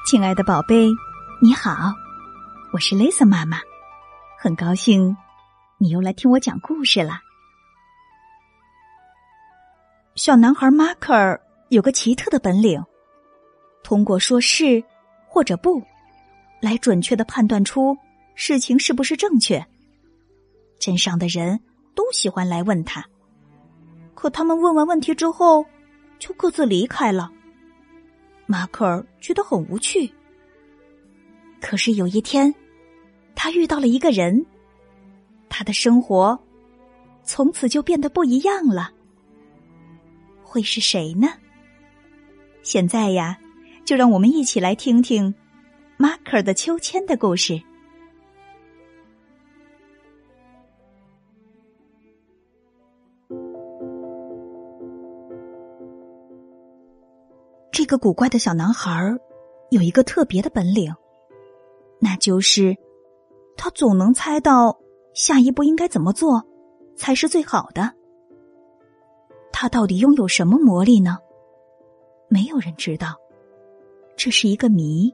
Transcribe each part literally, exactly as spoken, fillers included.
亲爱的宝贝，你好，我是 Lisa 妈妈，很高兴你又来听我讲故事啦。小男孩 Marker 有个奇特的本领，通过说是或者不，来准确地判断出事情是不是正确。镇上的人都喜欢来问他，可他们问完问题之后就各自离开了。马克尔觉得很无趣。可是有一天，他遇到了一个人，他的生活从此就变得不一样了。会是谁呢？现在呀，就让我们一起来听听马克尔的秋千的故事。这个古怪的小男孩有一个特别的本领，那就是他总能猜到下一步应该怎么做才是最好的。他到底拥有什么魔力呢？没有人知道，这是一个谜。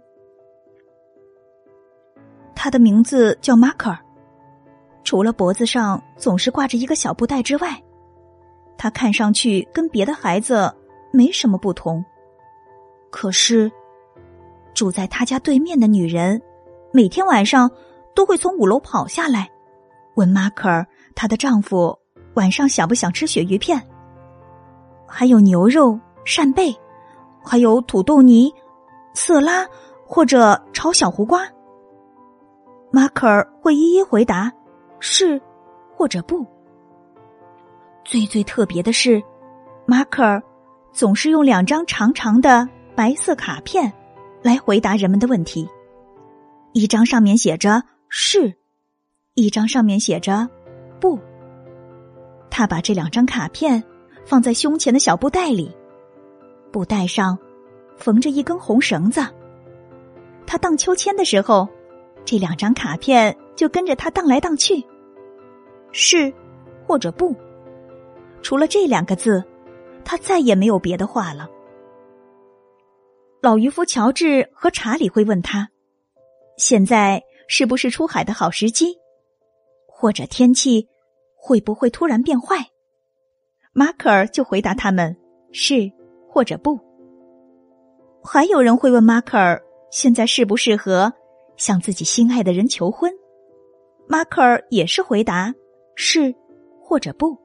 他的名字叫马克尔，除了脖子上总是挂着一个小布袋之外，他看上去跟别的孩子没什么不同。可是住在他家对面的女人每天晚上都会从五楼跑下来，问马克尔她的丈夫晚上想不想吃鳕鱼片，还有牛肉、扇贝，还有土豆泥、色拉或者炒小胡瓜。马克尔会一一回答是或者不。最最特别的是，马克尔总是用两张长长的白色卡片来回答人们的问题，一张上面写着是，一张上面写着不。他把这两张卡片放在胸前的小布袋里，布袋上缝着一根红绳子。他荡秋千的时候，这两张卡片就跟着他荡来荡去，是或者不。除了这两个字，他再也没有别的话了。老渔夫乔治和查理会问他，现在是不是出海的好时机？或者天气会不会突然变坏？马克尔就回答他们是或者不。还有人会问马克尔，现在适不适合向自己心爱的人求婚？马克尔也是回答是或者不。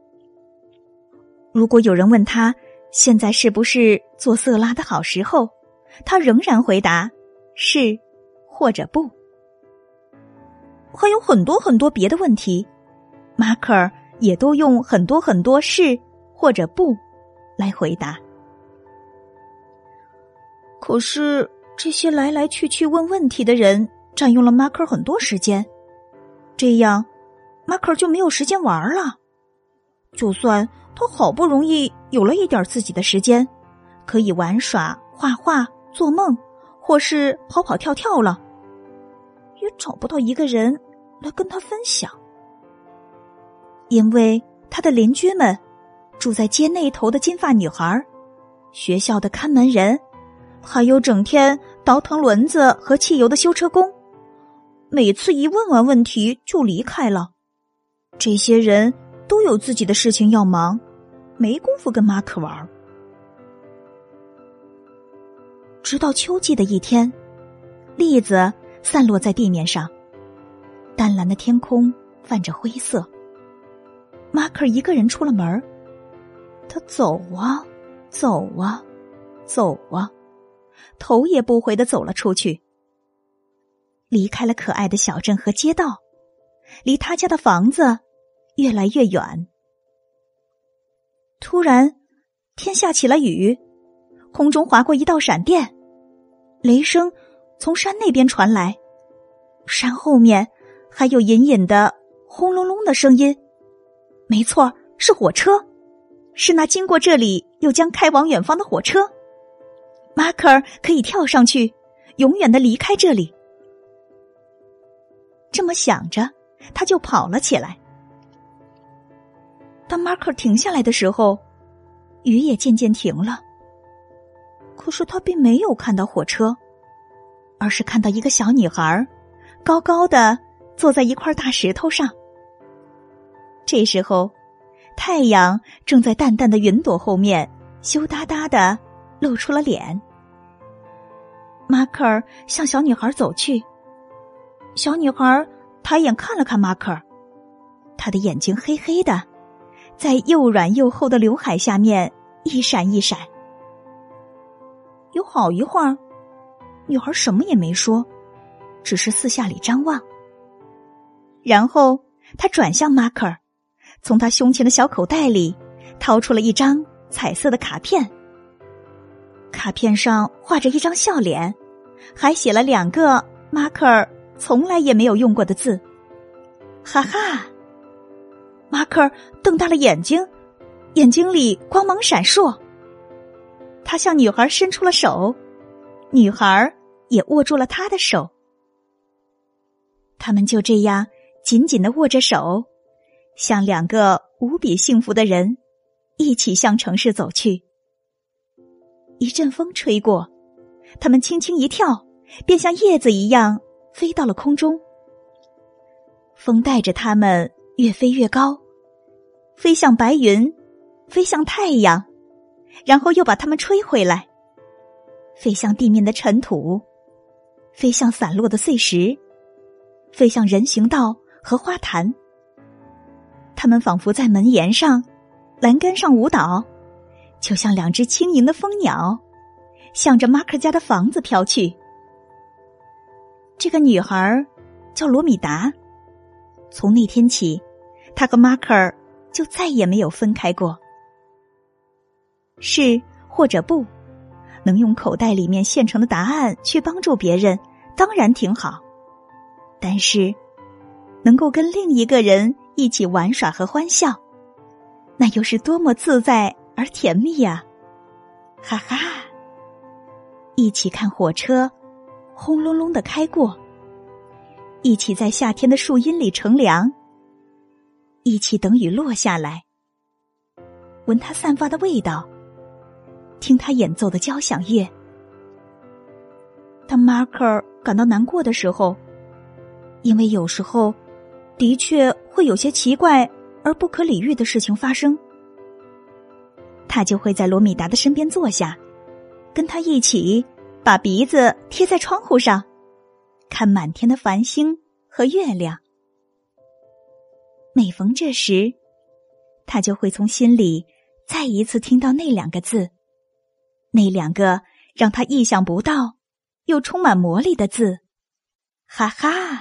如果有人问他，现在是不是做色拉的好时候？他仍然回答是或者不。还有很多很多别的问题，马克尔也都用很多很多是或者不来回答。可是这些来来去去问问题的人占用了马克尔很多时间，这样马克尔就没有时间玩了。就算他好不容易有了一点自己的时间，可以玩耍、画画、做梦，或是跑跑跳跳了，也找不到一个人来跟他分享。因为他的邻居们，住在街那头的金发女孩，学校的看门人，还有整天倒腾轮子和汽油的修车工，每次一问完问题就离开了。这些人都有自己的事情要忙，没工夫跟马克玩。直到秋季的一天，栗子散落在地面上，淡蓝的天空泛着灰色。马克尔一个人出了门，他走啊走啊走啊，头也不回地走了出去，离开了可爱的小镇和街道，离他家的房子越来越远。突然天下起了雨，空中划过一道闪电，雷声从山那边传来，山后面还有隐隐的轰隆隆的声音。没错，是火车，是那经过这里又将开往远方的火车。马克尔可以跳上去，永远的离开这里。这么想着，他就跑了起来。当马克尔停下来的时候，雨也渐渐停了。可是他并没有看到火车， 而是看到一个小女孩高高的坐在一块大石头上。这时候，太阳正在淡淡的云朵后面羞答答的露出了脸。马克尔向小女孩走去，小女孩抬眼看了看马克尔，她的眼睛黑黑的，在又软又厚的刘海下面一闪一闪。有好一会儿，女孩什么也没说，只是四下里张望。然后她转向马克尔，从他胸前的小口袋里掏出了一张彩色的卡片。卡片上画着一张笑脸，还写了两个马克尔从来也没有用过的字。哈哈！马克尔瞪大了眼睛，眼睛里光芒闪烁。他向女孩伸出了手，女孩也握住了他的手。他们就这样紧紧地握着手，像两个无比幸福的人，一起向城市走去。一阵风吹过，他们轻轻一跳，便像叶子一样飞到了空中。风带着他们越飞越高，飞向白云，飞向太阳，然后又把它们吹回来，飞向地面的尘土，飞向散落的碎石，飞向人行道和花坛。他们仿佛在门檐上、栏杆上舞蹈，就像两只轻盈的蜂鸟，向着马克家的房子飘去。这个女孩叫罗米达，从那天起，她和马克尔就再也没有分开过。是或者不，能用口袋里面现成的答案去帮助别人，当然挺好。但是，能够跟另一个人一起玩耍和欢笑，那又是多么自在而甜蜜呀！哈哈！一起看火车轰隆隆地开过，一起在夏天的树荫里乘凉，一起等雨落下来，闻它散发的味道，听它演奏的交响乐。当马克尔感到难过的时候，因为有时候的确会有些奇怪而不可理喻的事情发生，他就会在罗米达的身边坐下，跟他一起把鼻子贴在窗户上，看满天的繁星和月亮。每逢这时，他就会从心里再一次听到那两个字，那两个让他意想不到又充满魔力的字，哈哈！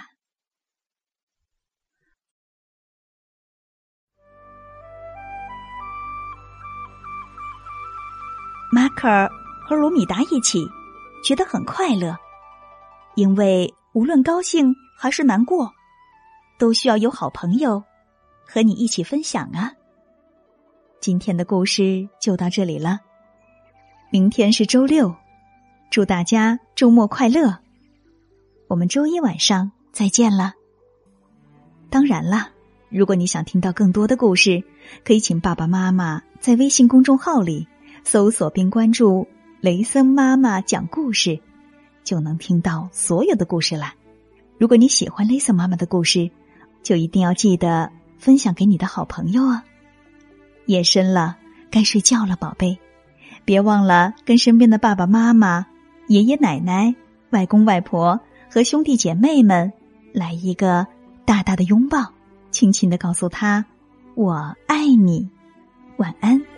马克尔和罗米达一起觉得很快乐，因为无论高兴还是难过，都需要有好朋友和你一起分享啊。今天的故事就到这里了，明天是周六，祝大家周末快乐，我们周一晚上再见了。当然了，如果你想听到更多的故事，可以请爸爸妈妈在微信公众号里搜索并关注雷森妈妈讲故事，就能听到所有的故事啦。如果你喜欢雷森妈妈的故事，就一定要记得分享给你的好朋友啊。夜深了，该睡觉了，宝贝，别忘了跟身边的爸爸妈妈、爷爷奶奶、外公外婆和兄弟姐妹们来一个大大的拥抱，轻轻地告诉他我爱你，晚安。